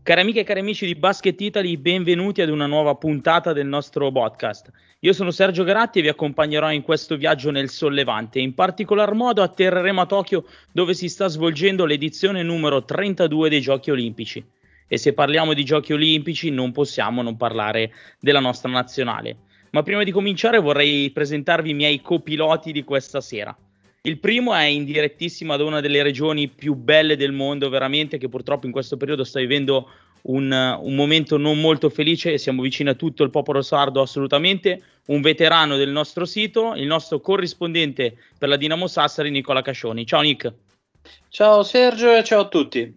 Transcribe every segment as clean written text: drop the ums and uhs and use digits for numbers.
Cari amiche e cari amici di Basket Italy, benvenuti ad una nuova puntata del nostro podcast. Io sono Sergio Garatti e vi accompagnerò in questo viaggio nel sollevante. In particolar modo atterreremo a Tokyo, dove si sta svolgendo l'edizione numero 32 dei Giochi Olimpici. E se parliamo di Giochi Olimpici non possiamo non parlare della nostra nazionale. Ma prima di cominciare vorrei presentarvi i miei copiloti di questa sera. Il primo è in direttissima da una delle regioni più belle del mondo, veramente, che purtroppo in questo periodo sta vivendo un momento non molto felice e siamo vicini a tutto il popolo sardo assolutamente. Un veterano del nostro sito, il nostro corrispondente per la Dinamo Sassari, Nicola Cascioni. Ciao Nick. Ciao Sergio e ciao a tutti.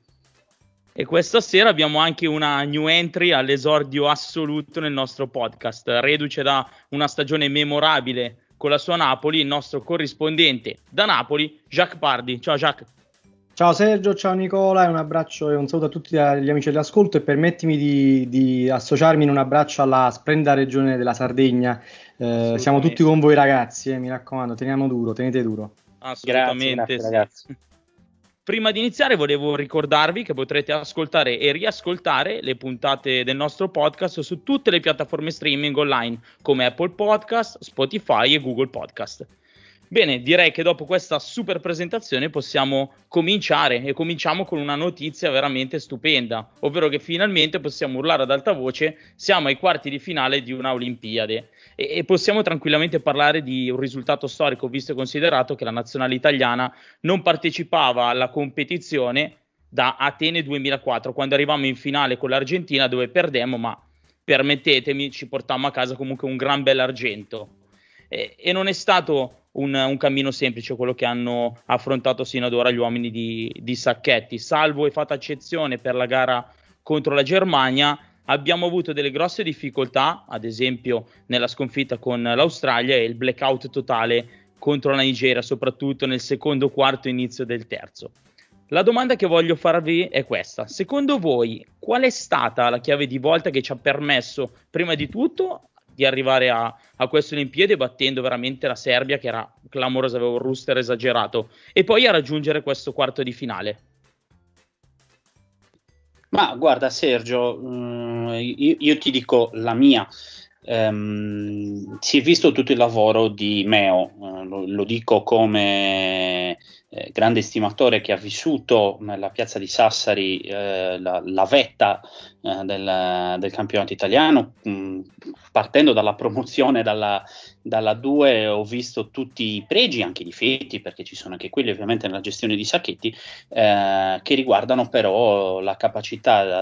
E questa sera abbiamo anche una new entry all'esordio assoluto nel nostro podcast, reduce da una stagione memorabile con la sua Napoli, il nostro corrispondente da Napoli, Jacques Pardi. Ciao Jacques. Ciao Sergio, ciao Nicola, e un abbraccio e un saluto a tutti gli amici dell'ascolto, e permettimi di associarmi in un abbraccio alla splendida regione della Sardegna. Siamo tutti con voi ragazzi, mi raccomando, teniamo duro, tenete duro. Assolutamente. Grazie ragazzi. Prima di iniziare volevo ricordarvi che potrete ascoltare e riascoltare le puntate del nostro podcast su tutte le piattaforme streaming online come Apple Podcast, Spotify e Google Podcast. Bene, direi che dopo questa super presentazione possiamo cominciare, e cominciamo con una notizia veramente stupenda, ovvero che finalmente possiamo urlare ad alta voce: siamo ai quarti di finale di una Olimpiade. E possiamo tranquillamente parlare di un risultato storico, visto e considerato che la nazionale italiana non partecipava alla competizione da Atene 2004, quando arrivammo in finale con l'Argentina, dove perdemmo, ma permettetemi, ci portammo a casa comunque un gran bell'argento. E non è stato un cammino semplice quello che hanno affrontato sino ad ora gli uomini di Sacchetti, salvo e fatta eccezione per la gara contro la Germania. Abbiamo avuto delle grosse difficoltà, ad esempio nella sconfitta con l'Australia e il blackout totale contro la Nigeria, soprattutto nel secondo quarto, inizio del terzo. La domanda che voglio farvi è questa: secondo voi qual è stata la chiave di volta che ci ha permesso prima di tutto di arrivare a queste Olimpiadi, battendo veramente la Serbia, che era clamorosa, aveva un roster esagerato, e poi a raggiungere questo quarto di finale? Ma guarda Sergio, io ti dico la mia. Si è visto tutto il lavoro di Meo, lo dico come grande estimatore che ha vissuto nella piazza di Sassari la vetta del campionato italiano, partendo dalla promozione dalla 2. Ho visto tutti i pregi, anche i difetti, perché ci sono anche quelli ovviamente nella gestione di Sacchetti, che riguardano però la capacità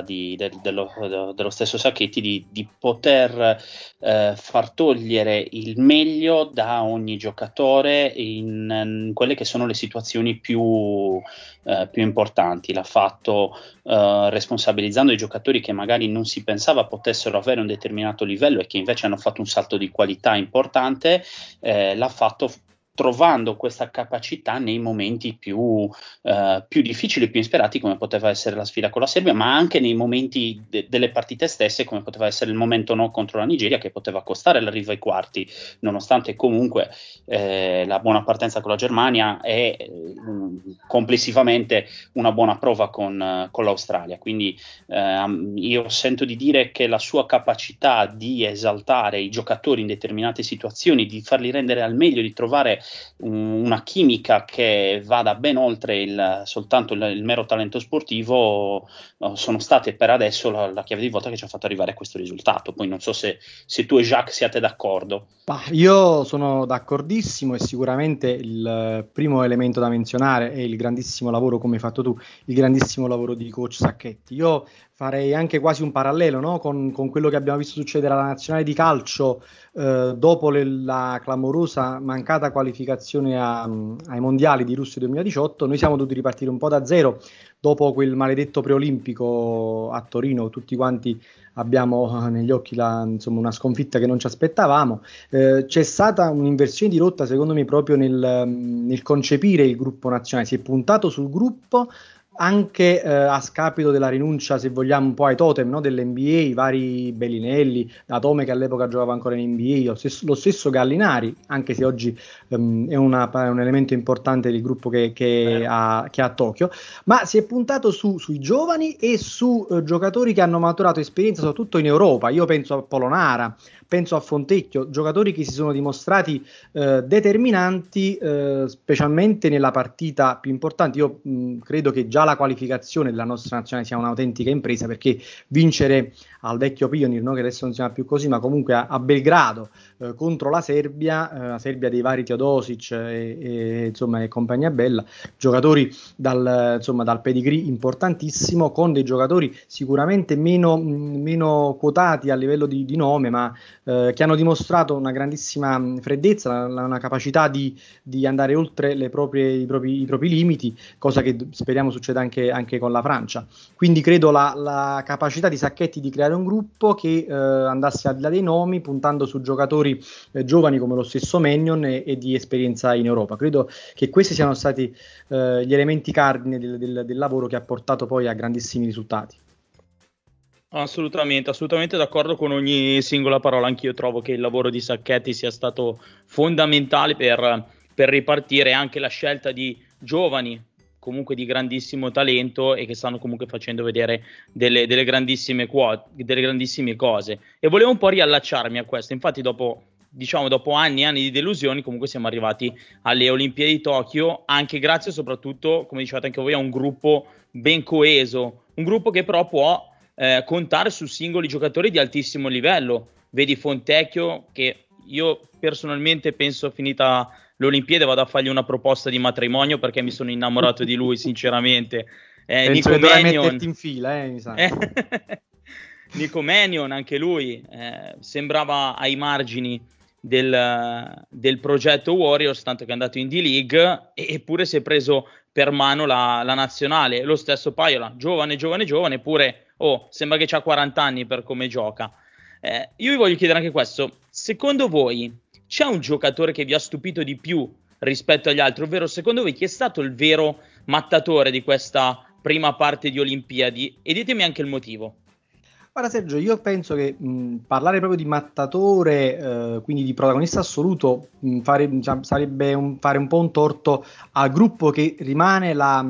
dello stesso Sacchetti di poter far togliere il meglio da ogni giocatore in quelle che sono le situazioni più importanti. L'ha fatto responsabilizzando i giocatori che magari non si pensava potessero avere un determinato livello e che invece hanno fatto un salto di qualità importante. L'ha fatto trovando questa capacità nei momenti più difficili, più insperati, come poteva essere la sfida con la Serbia, ma anche nei momenti delle partite stesse, come poteva essere il momento contro la Nigeria, che poteva costare l'arrivo ai quarti, nonostante comunque la buona partenza con la Germania e complessivamente una buona prova con l'Australia. Quindi io sento di dire che la sua capacità di esaltare i giocatori in determinate situazioni, di farli rendere al meglio, di trovare una chimica che vada ben oltre soltanto il mero talento sportivo, sono state per adesso la chiave di volta che ci ha fatto arrivare a questo risultato. Poi non so se tu e Jacques siate d'accordo. Io sono d'accordissimo, e sicuramente il primo elemento da menzionare è il grandissimo lavoro, come hai fatto tu, il grandissimo lavoro di coach Sacchetti. Io farei anche quasi un parallelo, no? con quello che abbiamo visto succedere alla nazionale di calcio dopo la clamorosa mancata qualificazione ai mondiali di Russia 2018. Noi siamo dovuti ripartire un po' da zero dopo quel maledetto preolimpico a Torino. Tutti quanti abbiamo negli occhi una sconfitta che non ci aspettavamo. C'è stata un'inversione di rotta, secondo me, proprio nel concepire il gruppo nazionale. Si è puntato sul gruppo anche a scapito della rinuncia, se vogliamo, un po' ai totem, no, dell'NBA, i vari Bellinelli, Datome che all'epoca giocava ancora in NBA, lo stesso Gallinari, anche se oggi è un elemento importante del gruppo che ha Tokyo, ma si è puntato sui giovani e su giocatori che hanno maturato esperienza soprattutto in Europa. Io penso a Polonara, penso a Fontecchio, giocatori che si sono dimostrati determinanti, specialmente nella partita più importante. Io credo che già la qualificazione della nostra nazionale sia un'autentica impresa, perché vincere al vecchio Pioneer, no, che adesso non si chiama più così, ma comunque a Belgrado contro la Serbia dei vari Teodosic e compagnia bella, giocatori dal pedigree importantissimo, con dei giocatori sicuramente meno quotati a livello di nome, ma che hanno dimostrato una grandissima freddezza, una capacità di andare oltre i propri limiti, cosa che speriamo succeda anche con la Francia. Quindi credo la capacità di Sacchetti di creare un gruppo che andasse al di là dei nomi, puntando su giocatori giovani come lo stesso Mannion e di esperienza in Europa. Credo che questi siano stati gli elementi cardine del lavoro che ha portato poi a grandissimi risultati. Assolutamente d'accordo con ogni singola parola. Anch'io trovo che il lavoro di Sacchetti sia stato fondamentale per ripartire, anche la scelta di giovani comunque di grandissimo talento e che stanno comunque facendo vedere delle grandissime cose. E volevo un po' riallacciarmi a questo. Infatti dopo anni e anni di delusioni, comunque siamo arrivati alle Olimpiadi di Tokyo, anche grazie soprattutto, come dicevate anche voi, a un gruppo ben coeso, un gruppo che però può contare su singoli giocatori di altissimo livello. Vedi Fontecchio, che io personalmente penso, finita l'Olimpiade, vado a fargli una proposta di matrimonio, perché mi sono innamorato di lui sinceramente. Penso che dovrai metterti in fila, mi sa. Nico Mannion, anche lui sembrava ai margini del progetto Warriors, tanto che è andato in D-League, eppure si è preso per mano la nazionale. Lo stesso Paiola, giovane, eppure sembra che c'ha 40 anni per come gioca. Io vi voglio chiedere anche questo: secondo voi c'è un giocatore che vi ha stupito di più rispetto agli altri, ovvero secondo voi chi è stato il vero mattatore di questa prima parte di Olimpiadi? E ditemi anche il motivo. Guarda Sergio, io penso che parlare proprio di mattatore, quindi di protagonista assoluto, sarebbe fare un po' un torto al gruppo che rimane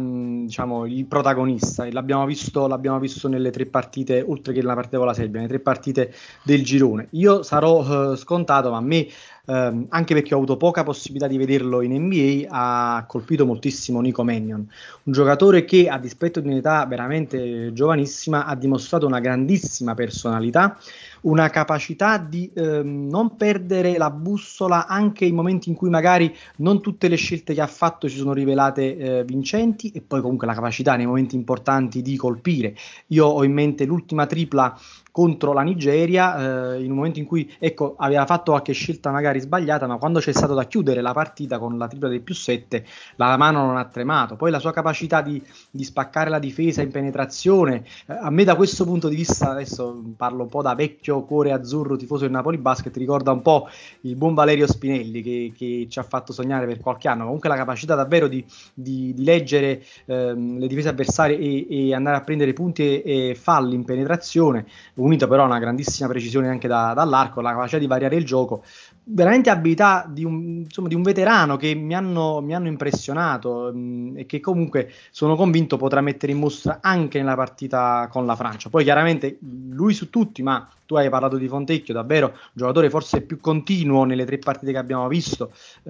il protagonista. E l'abbiamo visto nelle 3 partite, oltre che nella partita con la Serbia, nelle 3 partite del girone. Io sarò scontato, ma a me, anche perché ho avuto poca possibilità di vederlo in NBA, ha colpito moltissimo Nico Mannion, un giocatore che, a dispetto di un'età veramente giovanissima, ha dimostrato una grandissima personalità, una capacità di non perdere la bussola anche in momenti in cui magari non tutte le scelte che ha fatto si sono rivelate vincenti, e poi comunque la capacità nei momenti importanti di colpire. Io ho in mente l'ultima tripla contro la Nigeria, in un momento in cui aveva fatto qualche scelta magari sbagliata, ma quando c'è stato da chiudere la partita con la tripla del +7, la mano non ha tremato. Poi la sua capacità di spaccare la difesa in penetrazione, a me da questo punto di vista, adesso parlo un po' da vecchio cuore azzurro tifoso del Napoli Basket, ricorda un po' il buon Valerio Spinelli che ci ha fatto sognare per qualche anno. Comunque la capacità davvero di leggere le difese avversarie e andare a prendere punti e falli in penetrazione, unito però a una grandissima precisione anche dall'arco, la capacità di variare il gioco, veramente abilità di un veterano che mi hanno impressionato, e che comunque sono convinto potrà mettere in mostra anche nella partita con la Francia. Poi chiaramente lui su tutti, ma tu hai parlato di Fontecchio, davvero giocatore forse più continuo nelle 3 partite che abbiamo visto,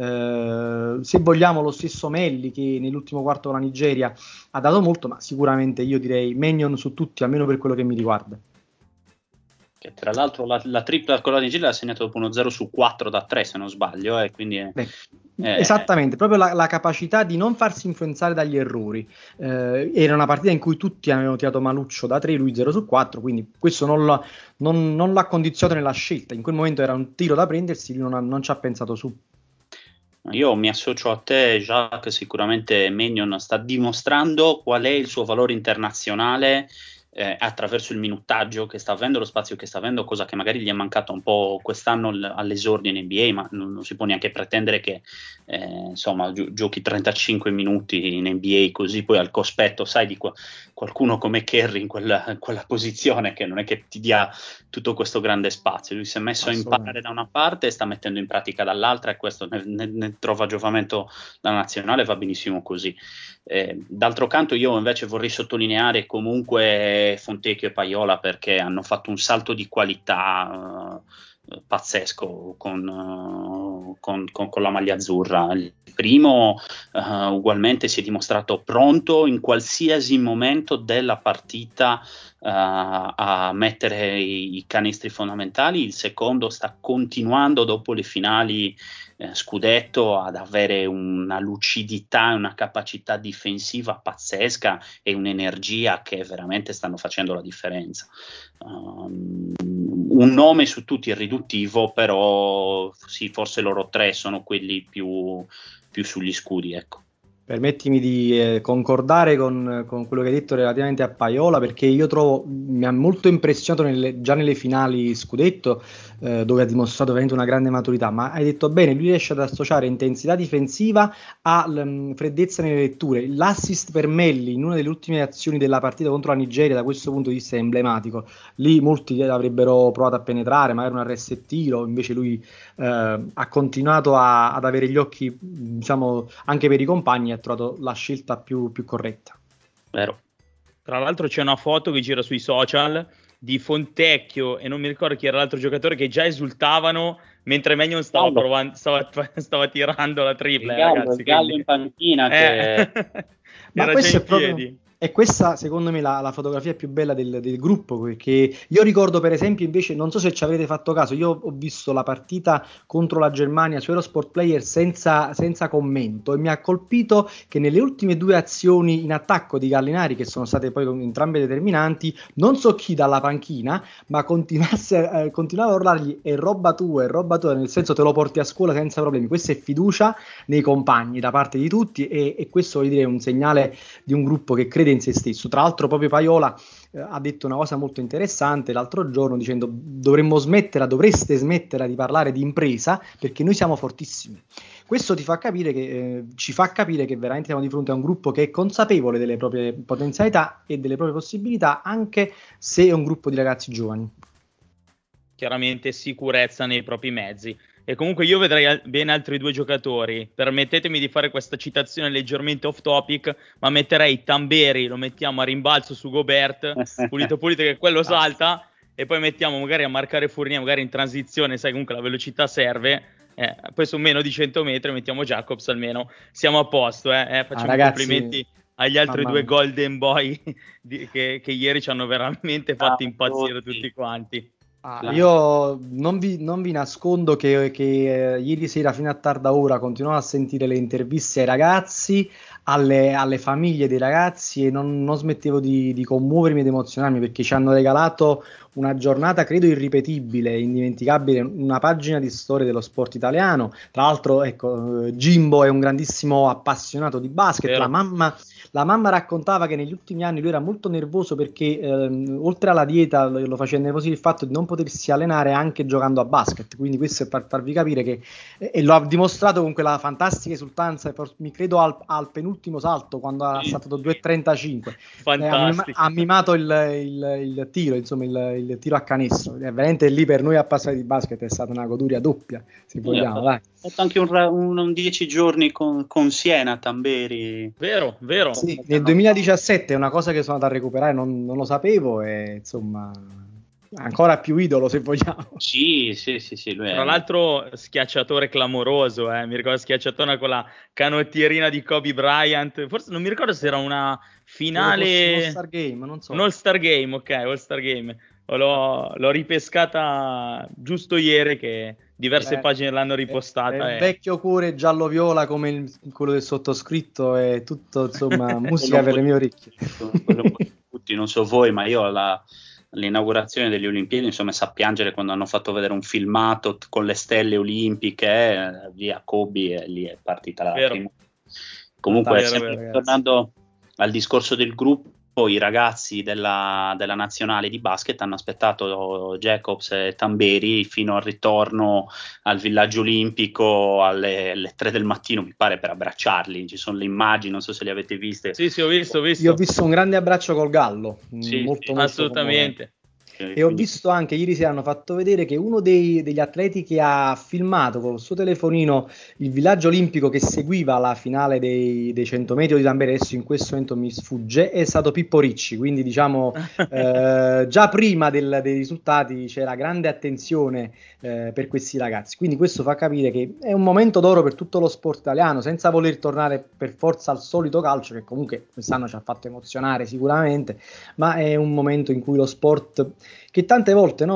se vogliamo lo stesso Melli, che nell'ultimo quarto con la Nigeria ha dato molto, ma sicuramente io direi Mannion su tutti, almeno per quello che mi riguarda. Che tra l'altro la tripla con la Nigeria l'ha segnato dopo uno 0 su 4 da 3, se non sbaglio, quindi esattamente, proprio la capacità di non farsi influenzare dagli errori. Era una partita in cui tutti avevano tirato Maluccio da 3, lui 0 su 4, quindi questo non l'ha condizionato nella scelta. In quel momento era un tiro da prendersi, lui non ci ha pensato su. Io mi associo a te, Jacques. Sicuramente Mannion sta dimostrando qual è il suo valore internazionale, attraverso il minutaggio che sta avendo, lo spazio che sta avendo, cosa che magari gli è mancata un po' quest'anno all'esordio in NBA, ma non si può neanche pretendere che insomma giochi 35 minuti in NBA così poi al cospetto, sai, di qualcuno come Curry in quella posizione, che non è che ti dia tutto questo grande spazio. Lui si è messo a imparare da una parte e sta mettendo in pratica dall'altra, e questo ne trova giovamento la nazionale, va benissimo così. D'altro canto io invece vorrei sottolineare comunque Fontecchio e Paiola, perché hanno fatto un salto di qualità pazzesco con la maglia azzurra. Il primo ugualmente si è dimostrato pronto in qualsiasi momento della partita a mettere i canestri fondamentali. Il secondo sta continuando dopo le finali scudetto ad avere una lucidità e una capacità difensiva pazzesca e un'energia che veramente stanno facendo la differenza. Un nome su tutti è riduttivo, però sì, forse loro tre sono quelli più sugli scudi, ecco. Permettimi di concordare con quello che hai detto relativamente a Paiola, perché io trovo, mi ha molto impressionato già nelle finali scudetto, dove ha dimostrato veramente una grande maturità, ma hai detto bene, lui riesce ad associare intensità difensiva a freddezza nelle letture. L'assist per Melli in una delle ultime azioni della partita contro la Nigeria da questo punto di vista è emblematico. Lì molti avrebbero provato a penetrare, magari un arresto e tiro, invece lui ha continuato ad avere gli occhi, diciamo, anche per i compagni, ha trovato la scelta più corretta. Vero. Tra l'altro c'è una foto che gira sui social di Fontecchio e non mi ricordo chi era l'altro giocatore, che già esultavano mentre Maignan stava tirando la tripla, ragazzi. Il Gallo in panchina che ma questo è proprio... E questa secondo me la fotografia più bella del gruppo, perché io ricordo per esempio invece, non so se ci avrete fatto caso, io ho visto la partita contro la Germania su Eurosport Player senza commento, e mi ha colpito che nelle ultime due azioni in attacco di Gallinari, che sono state poi entrambe determinanti, non so chi dalla panchina, ma continuava a urlargli è roba tua, nel senso te lo porti a scuola senza problemi. Questa è fiducia nei compagni da parte di tutti, e questo voglio dire è un segnale di un gruppo che crede in se stesso. Tra l'altro proprio Paiola ha detto una cosa molto interessante l'altro giorno, dicendo dovreste smettere di parlare di impresa, perché noi siamo fortissimi. Questo ci fa capire che veramente siamo di fronte a un gruppo che è consapevole delle proprie potenzialità e delle proprie possibilità, anche se è un gruppo di ragazzi giovani. Chiaramente sicurezza nei propri mezzi. E comunque io vedrei bene altri due giocatori. Permettetemi di fare questa citazione leggermente off topic, ma metterei Tamberi, lo mettiamo a rimbalzo su Gobert, pulito che quello salta, e poi mettiamo magari a marcare Fournier, magari in transizione, sai, comunque la velocità serve. Poi su meno di 100 metri mettiamo Jacobs, almeno siamo a posto. Facciamo ragazzi, complimenti agli altri due Golden Boy che ieri ci hanno veramente fatto impazzire tutti quanti. Io non vi nascondo che ieri sera fino a tarda ora continuavo a sentire le interviste ai ragazzi, alle famiglie dei ragazzi, e non smettevo di commuovermi ed emozionarmi, perché ci hanno regalato una giornata credo irripetibile, indimenticabile, una pagina di storia dello sport italiano. Tra l'altro, ecco, Jimbo è un grandissimo appassionato di basket. La mamma raccontava che negli ultimi anni lui era molto nervoso perché oltre alla dieta lo faceva nervosire il fatto di non potersi allenare anche giocando a basket, quindi questo è per farvi capire che e lo ha dimostrato con quella fantastica esultanza, mi credo al penultimo salto, quando ha saltato 2,35. Ha mimato il tiro, insomma il tiro a canestro. Veramente lì per noi appassionati di basket è stata una goduria doppia, se vogliamo. Ho fatto anche un 10 giorni con Siena, Tamberi. Vero. Sì, nel 2017 è una cosa che sono andato a recuperare, non lo sapevo, e insomma ancora più idolo, se vogliamo. Sì, lui tra l'altro schiacciatore clamoroso, mi ricordo schiacciatore con la canottierina di Kobe Bryant, forse non mi ricordo se era una finale, un All-Star Game, non so. Un All-Star Game, ok, All-Star Game. L'ho ripescata giusto ieri, che diverse pagine l'hanno ripostata. Il vecchio cuore giallo-viola come quello del sottoscritto, è tutto, insomma, musica per le mie orecchie. Tutti, non so voi, ma io l'inaugurazione delle Olimpiadi insomma sa piangere quando hanno fatto vedere un filmato con le stelle olimpiche, via Kobe, e lì è partita la prima. Comunque, tornando al discorso del gruppo, i ragazzi della nazionale di basket hanno aspettato Jacobs e Tamberi fino al ritorno al villaggio olimpico alle 3 del mattino, mi pare, per abbracciarli. Ci sono le immagini, non so se le avete viste. Sì, ho visto. Io ho visto un grande abbraccio col Gallo, sì, molto, assolutamente. E ho visto anche, ieri sera hanno fatto vedere che uno degli atleti che ha filmato con il suo telefonino il villaggio olimpico che seguiva la finale dei 100 metri di Tamberi, adesso in questo momento mi sfugge, è stato Pippo Ricci, quindi diciamo già prima dei risultati c'era grande attenzione per questi ragazzi, quindi questo fa capire che è un momento d'oro per tutto lo sport italiano, senza voler tornare per forza al solito calcio, che comunque quest'anno ci ha fatto emozionare sicuramente, ma è un momento in cui lo sport, che tante volte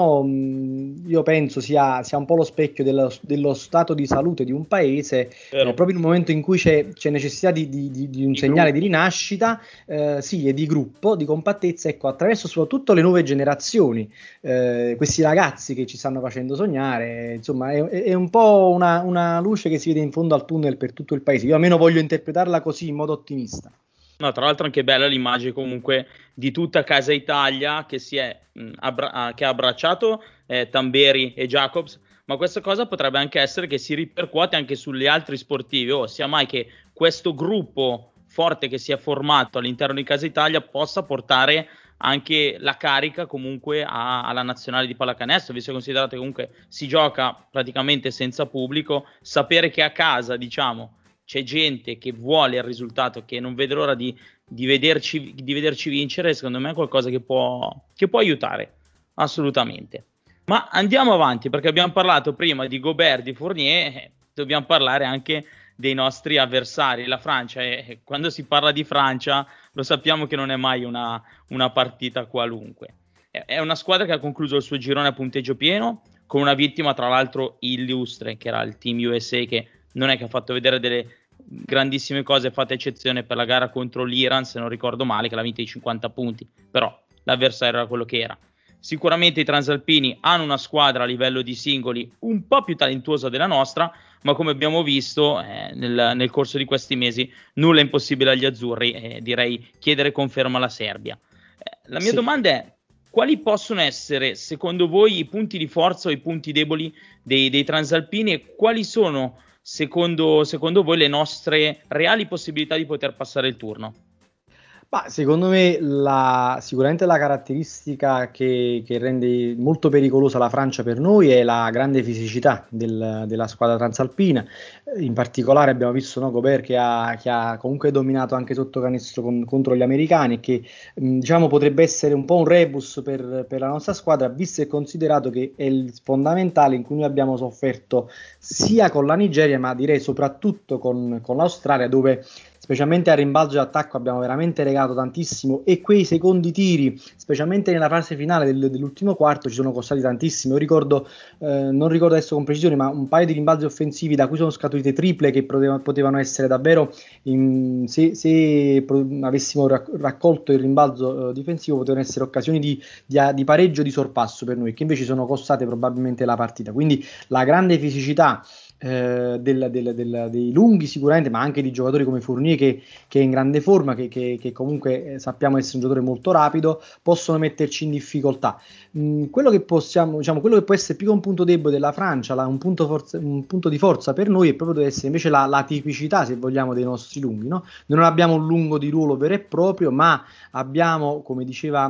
io penso sia un po' lo specchio dello stato di salute di un paese, proprio in un momento in cui c'è necessità di un segnale di rinascita, sì, e di gruppo, di compattezza, ecco, attraverso soprattutto le nuove generazioni, questi ragazzi che ci stanno facendo sognare, insomma è un po' una luce che si vede in fondo al tunnel per tutto il paese. Io almeno voglio interpretarla così, in modo ottimista. No, tra l'altro anche bella l'immagine comunque di tutta Casa Italia che che ha abbracciato Tamberi e Jacobs, ma questa cosa potrebbe anche essere che si ripercuote anche sugli altri sportivi, sia mai che questo gruppo forte che si è formato all'interno di Casa Italia possa portare anche la carica comunque alla nazionale di pallacanestro, visto che considerate che comunque si gioca praticamente senza pubblico, sapere che a casa, diciamo, c'è gente che vuole il risultato, che non vede l'ora di vederci vincere, secondo me è qualcosa che può aiutare, assolutamente. Ma andiamo avanti, perché abbiamo parlato prima di Gobert, di Fournier, dobbiamo parlare anche dei nostri avversari, la Francia, e quando si parla di Francia lo sappiamo che non è mai una partita qualunque. È una squadra che ha concluso il suo girone a punteggio pieno, con una vittima tra l'altro illustre, che era il Team USA, che non è che ha fatto vedere delle grandissime cose, fatta eccezione per la gara contro l'Iran, se non ricordo male, che l'ha vinta di 50 punti, però l'avversario era quello che era. Sicuramente i transalpini hanno una squadra a livello di singoli un po' più talentuosa della nostra, ma come abbiamo visto nel corso di questi mesi nulla è impossibile agli azzurri, direi chiedere conferma alla Serbia. La mia domanda è: quali possono essere secondo voi i punti di forza o i punti deboli dei transalpini, e quali sono secondo voi le nostre reali possibilità di poter passare il turno? Secondo me sicuramente la caratteristica che rende molto pericolosa la Francia per noi è la grande fisicità della squadra transalpina. In particolare abbiamo visto Gobert che ha comunque dominato anche sotto canestro contro gli americani, e che diciamo potrebbe essere un po' un rebus per la nostra squadra, visto e considerato che è il fondamentale in cui noi abbiamo sofferto sia con la Nigeria, ma direi soprattutto con l'Australia, dove specialmente a rimbalzo e attacco abbiamo veramente regato tantissimo, e quei secondi tiri, specialmente nella fase finale dell'ultimo quarto, ci sono costati tantissimo. Io ricordo, non ricordo adesso con precisione, ma un paio di rimbalzi offensivi da cui sono scaturite triple che potevano essere davvero, se avessimo raccolto il rimbalzo difensivo, potevano essere occasioni di pareggio, di sorpasso per noi, che invece sono costate probabilmente la partita. Quindi la grande fisicità dei lunghi sicuramente, ma anche di giocatori come Fournier che è in grande forma, che comunque sappiamo essere un giocatore molto rapido, possono metterci in difficoltà. Quello che può essere più che un punto debole della Francia, un punto di forza per noi, è proprio deve essere invece la tipicità, se vogliamo, dei nostri lunghi, no? Noi non abbiamo un lungo di ruolo vero e proprio, ma abbiamo, come diceva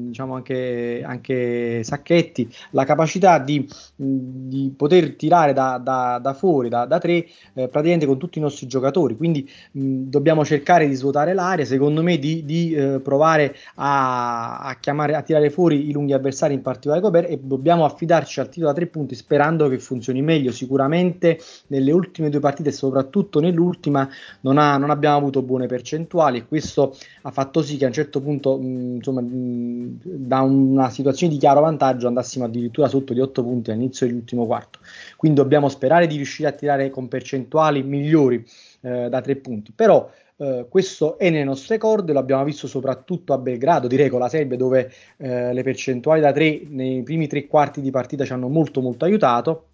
anche Sacchetti, la capacità di poter tirare da fuori, da tre, praticamente con tutti i nostri giocatori. Quindi dobbiamo cercare di svuotare l'area, secondo me, di provare a tirare fuori i lunghi avversari, in particolare Gobert, e dobbiamo affidarci al tiro da 3 punti, sperando che funzioni meglio. Sicuramente nelle ultime 2 partite, soprattutto nell'ultima, non abbiamo avuto buone percentuali, e questo ha fatto sì che a un certo punto da una situazione di chiaro vantaggio andassimo addirittura sotto di 8 punti all'inizio dell'ultimo quarto. Quindi dobbiamo sperare di riuscire a tirare con percentuali migliori da 3 punti, però questo è nelle nostre corde. Lo abbiamo visto soprattutto a Belgrado, direi, con la Serbia, dove le percentuali da 3 nei primi 3 quarti di partita ci hanno molto molto aiutato.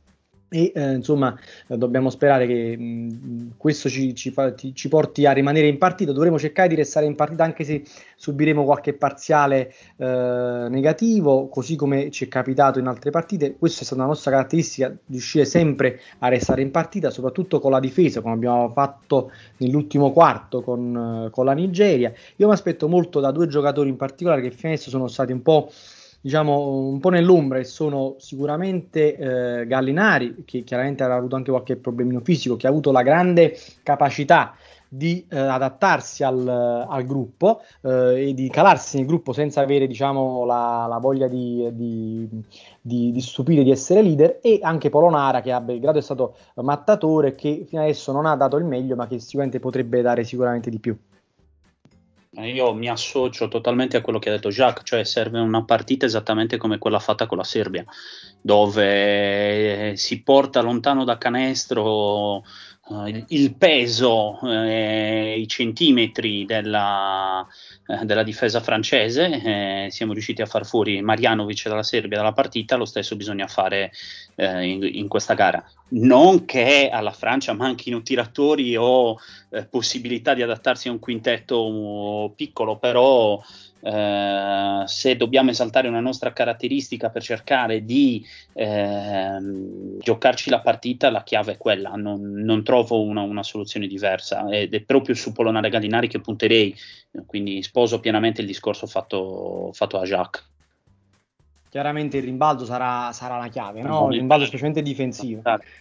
E insomma dobbiamo sperare che questo ci porti a rimanere in partita. Dovremo cercare di restare in partita anche se subiremo qualche parziale negativo, così come ci è capitato in altre partite. Questa è stata una nostra caratteristica, riuscire sempre a restare in partita, soprattutto con la difesa, come abbiamo fatto nell'ultimo quarto con la Nigeria. Io mi aspetto molto da due giocatori in particolare che fino adesso sono stati un po' nell'ombra, e sono sicuramente Gallinari, che chiaramente avrà avuto anche qualche problemino fisico, che ha avuto la grande capacità di adattarsi al gruppo e di calarsi nel gruppo senza avere, diciamo, la voglia di stupire, di essere leader, e anche Polonara, che a Belgrado è stato mattatore, che fino adesso non ha dato il meglio, ma che sicuramente potrebbe dare sicuramente di più. Io mi associo totalmente a quello che ha detto Jacques, cioè serve una partita esattamente come quella fatta con la Serbia, dove si porta lontano da canestro il peso, i centimetri della difesa francese. Siamo riusciti a far fuori Marjanovic dalla Serbia dalla partita. Lo stesso bisogna fare in questa gara. Non che alla Francia manchino tiratori o possibilità di adattarsi a un quintetto piccolo, però se dobbiamo esaltare una nostra caratteristica per cercare di giocarci la partita, la chiave è quella. Non trovo una soluzione diversa, ed è proprio su Polonara e Gallinari che punterei, quindi sposo pienamente il discorso fatto a Jacques. Chiaramente il rimbalzo sarà la chiave, no? Il rimbalzo specialmente difensivo,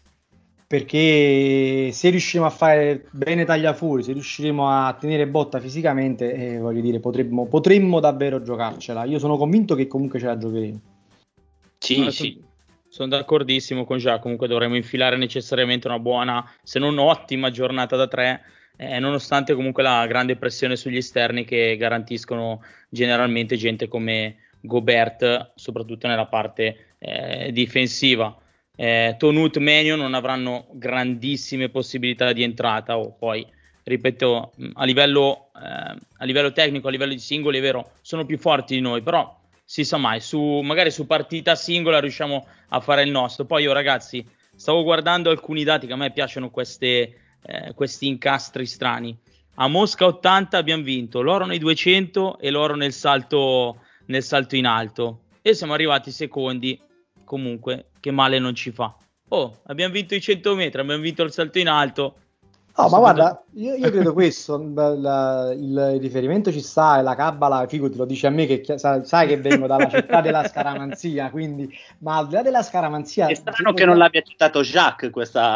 perché se riusciremo a fare bene tagliafuori, se riusciremo a tenere botta fisicamente, voglio dire, potremmo davvero giocarcela. Io sono convinto che comunque ce la giocheremo. Sì. Sono d'accordissimo con Jacques. Comunque dovremo infilare necessariamente una buona, se non ottima, giornata da 3, nonostante comunque la grande pressione sugli esterni che garantiscono generalmente gente come Gobert, soprattutto nella parte difensiva. Tonut, Menio non avranno grandissime possibilità di entrata, o poi ripeto, a livello tecnico, a livello di singoli, è vero, sono più forti di noi, però si sa mai, magari su partita singola riusciamo a fare il nostro. Poi io, ragazzi, stavo guardando alcuni dati, che a me piacciono questi incastri strani. A Mosca 80 abbiamo vinto l'oro nei 200 e l'oro nel salto in alto, e siamo arrivati secondi. Comunque, che male non ci fa. Abbiamo vinto i 100 metri, abbiamo vinto il salto in alto. Ma guarda, io credo questo, il riferimento ci sta, e la cabala, figurati, lo dice a me che sai che vengo dalla città della scaramanzia, quindi, ma al di là della scaramanzia... È strano che non l'abbia citato Jacques questa...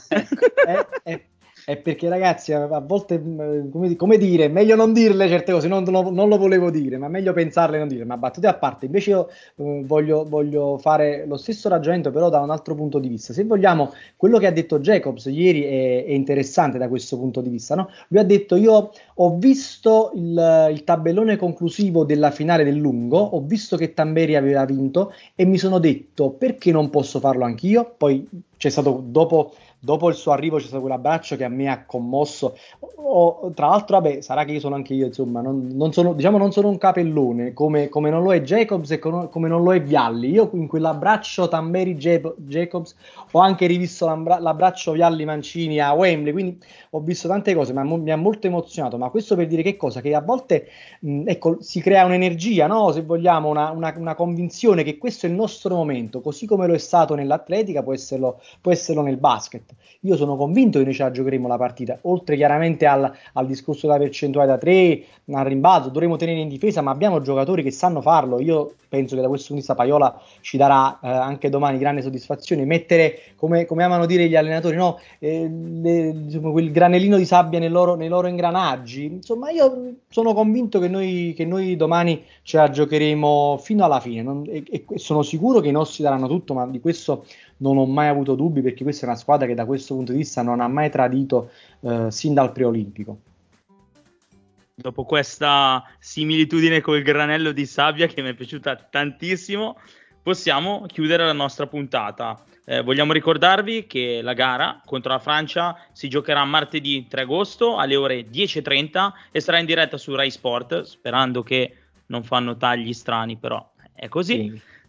È perché, ragazzi, a volte, come dire, meglio non dirle certe cose, non lo volevo dire, ma meglio pensarle e non dire. Ma battute a parte, invece io voglio fare lo stesso ragionamento, però da un altro punto di vista. Se vogliamo, quello che ha detto Jacobs ieri è interessante da questo punto di vista, no? Lui ha detto: io ho visto il tabellone conclusivo della finale del lungo, ho visto che Tamberi aveva vinto e mi sono detto: perché non posso farlo anch'io? Poi c'è stato, dopo il suo arrivo, c'è stato quell'abbraccio che a me ha commosso. Tra l'altro, vabbè, sarà che sono anche io, insomma, non sono un capellone come non lo è Jacobs e come non lo è Vialli. Io in quell'abbraccio Tamberi-Jacobs ho anche rivisto l'abbraccio Vialli-Mancini a Wembley, quindi ho visto tante cose, ma mi ha molto emozionato. Ma questo per dire che cosa? Che a volte ecco, si crea un'energia, no? Se vogliamo, una convinzione che questo è il nostro momento, così come lo è stato nell'atletica, può esserlo nel basket. Io sono convinto che noi ce la giocheremo la partita, oltre chiaramente al discorso della percentuale da 3, al rimbalzo, dovremo tenere in difesa, ma abbiamo giocatori che sanno farlo. Io penso che da questo punto di vista Paiola ci darà anche domani grande soddisfazione, mettere, come amano dire gli allenatori, no? Quel granellino di sabbia nei loro ingranaggi. Insomma, io sono convinto che noi domani ce la giocheremo fino alla fine, e sono sicuro che i nostri daranno tutto, ma di questo non ho mai avuto dubbi, perché questa è una squadra che da questo punto di vista non ha mai tradito sin dal preolimpico. Dopo questa similitudine col granello di sabbia, che mi è piaciuta tantissimo, possiamo chiudere la nostra puntata. Vogliamo ricordarvi che la gara contro la Francia si giocherà martedì 3 agosto alle ore 10:30 e sarà in diretta su Rai Sport, sperando che non fanno tagli strani, però è così. Sì.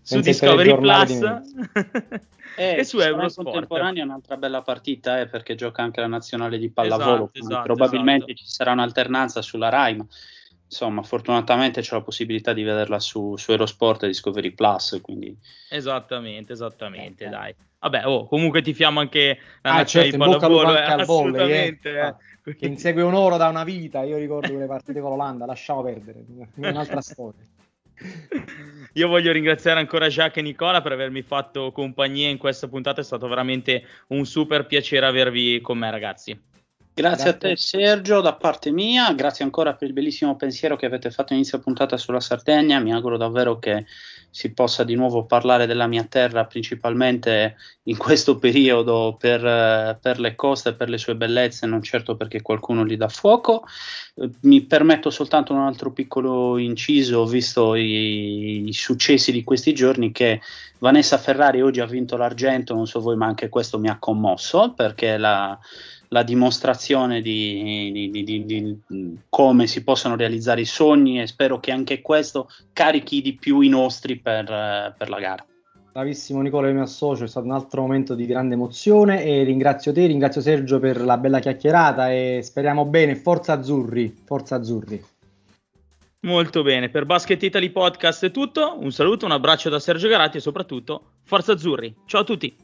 su Discovery Plus e su Eurosport. In contemporanea un'altra bella partita, perché gioca anche la nazionale di pallavolo, probabilmente ci sarà un'alternanza sulla Rai, ma insomma fortunatamente c'è la possibilità di vederla su Eurosport e Discovery Plus, quindi esattamente, dai. Vabbè, comunque tifiamo anche la nazionale certo, di pallavolo, anche al assolutamente. Che insegue un oro da una vita. Io ricordo quelle partite con l'Olanda, lasciamo perdere, è un'altra storia. Io voglio ringraziare ancora Jacques e Nicola per avermi fatto compagnia in questa puntata, è stato veramente un super piacere avervi con me, ragazzi. Grazie a te Sergio da parte mia, grazie ancora per il bellissimo pensiero che avete fatto inizio puntata sulla Sardegna, mi auguro davvero che si possa di nuovo parlare della mia terra, principalmente in questo periodo per le coste e per le sue bellezze, non certo perché qualcuno gli dà fuoco. Mi permetto soltanto un altro piccolo inciso, visto i successi di questi giorni, che Vanessa Ferrari oggi ha vinto l'argento, non so voi, ma anche questo mi ha commosso, perché la dimostrazione di come si possono realizzare i sogni, e spero che anche questo carichi di più i nostri per la gara. Bravissimo Nicola, io mi associo, è stato un altro momento di grande emozione e ringrazio te, ringrazio Sergio per la bella chiacchierata e speriamo bene, forza azzurri, forza azzurri. Molto bene, per Basket Italy Podcast è tutto, un saluto, un abbraccio da Sergio Garatti e soprattutto forza azzurri, ciao a tutti!